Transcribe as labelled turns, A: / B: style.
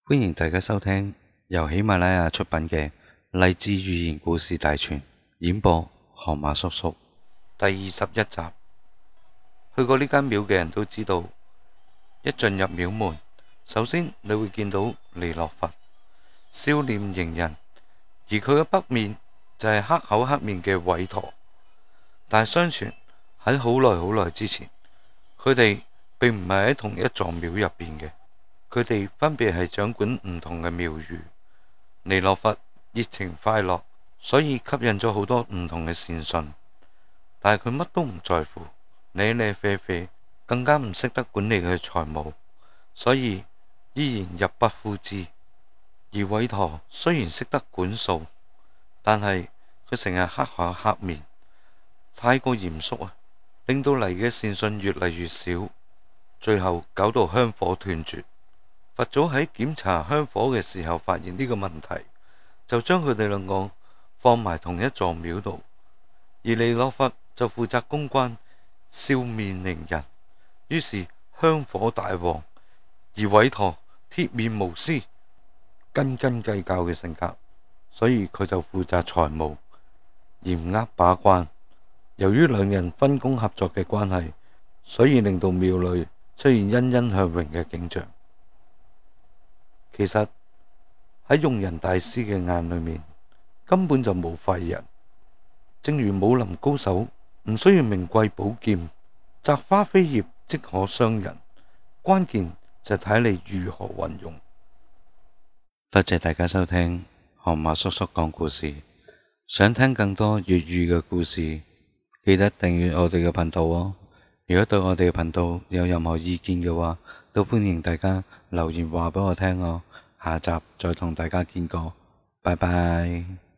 A: 歡迎大家收聽由喜馬拉雅出品嘅勵志寓言故事大全，演播河馬叔叔。第21集。去過呢間廟嘅人都知道，一進入廟門，首先你會見到彌勒佛，笑臉迎人，而佢嘅北面就係黑口黑面嘅韋陀。但係相傳喺好耐之前，佢哋並唔係喺同一座廟入邊嘅。佢哋分別係掌管唔同嘅廟宇。彌勒佛熱情快樂，所以吸引咗好多唔同嘅善信。但係佢乜都唔在乎，呢呢啡啡，更加唔識得管理佢嘅財務，所以依然入不敷支。而韋陀雖然識得管數，但係佢成日黑口黑面，太過嚴肅啊，令到嚟嘅善信越嚟越少，最後搞到香火斷絕。佛祖喺檢查香火嘅時候發現呢個問題，就將佢哋兩個放埋同一座廟度，而彌勒佛就負責公關，笑面迎人。於是香火大旺，而韋陀鐵面無私、斤斤計較嘅性格，所以佢就負責財務，嚴厄把關。由於兩人分工合作嘅關係，所以令到廟裏出現欣欣向榮嘅景象。其實喺用人大師嘅眼裏面，根本就冇廢人。正如武林高手唔需要名貴寶劍，摘花飛葉即可傷人，關鍵就睇你如何運用。多謝大家收聽河馬叔叔講故事。想聽更多粵語嘅故事，記得訂閱我哋嘅頻道哦。如果對我哋嘅頻道有任何意見嘅話，都歡迎大家留言話俾我聽哦。下集再同大家見過，拜拜。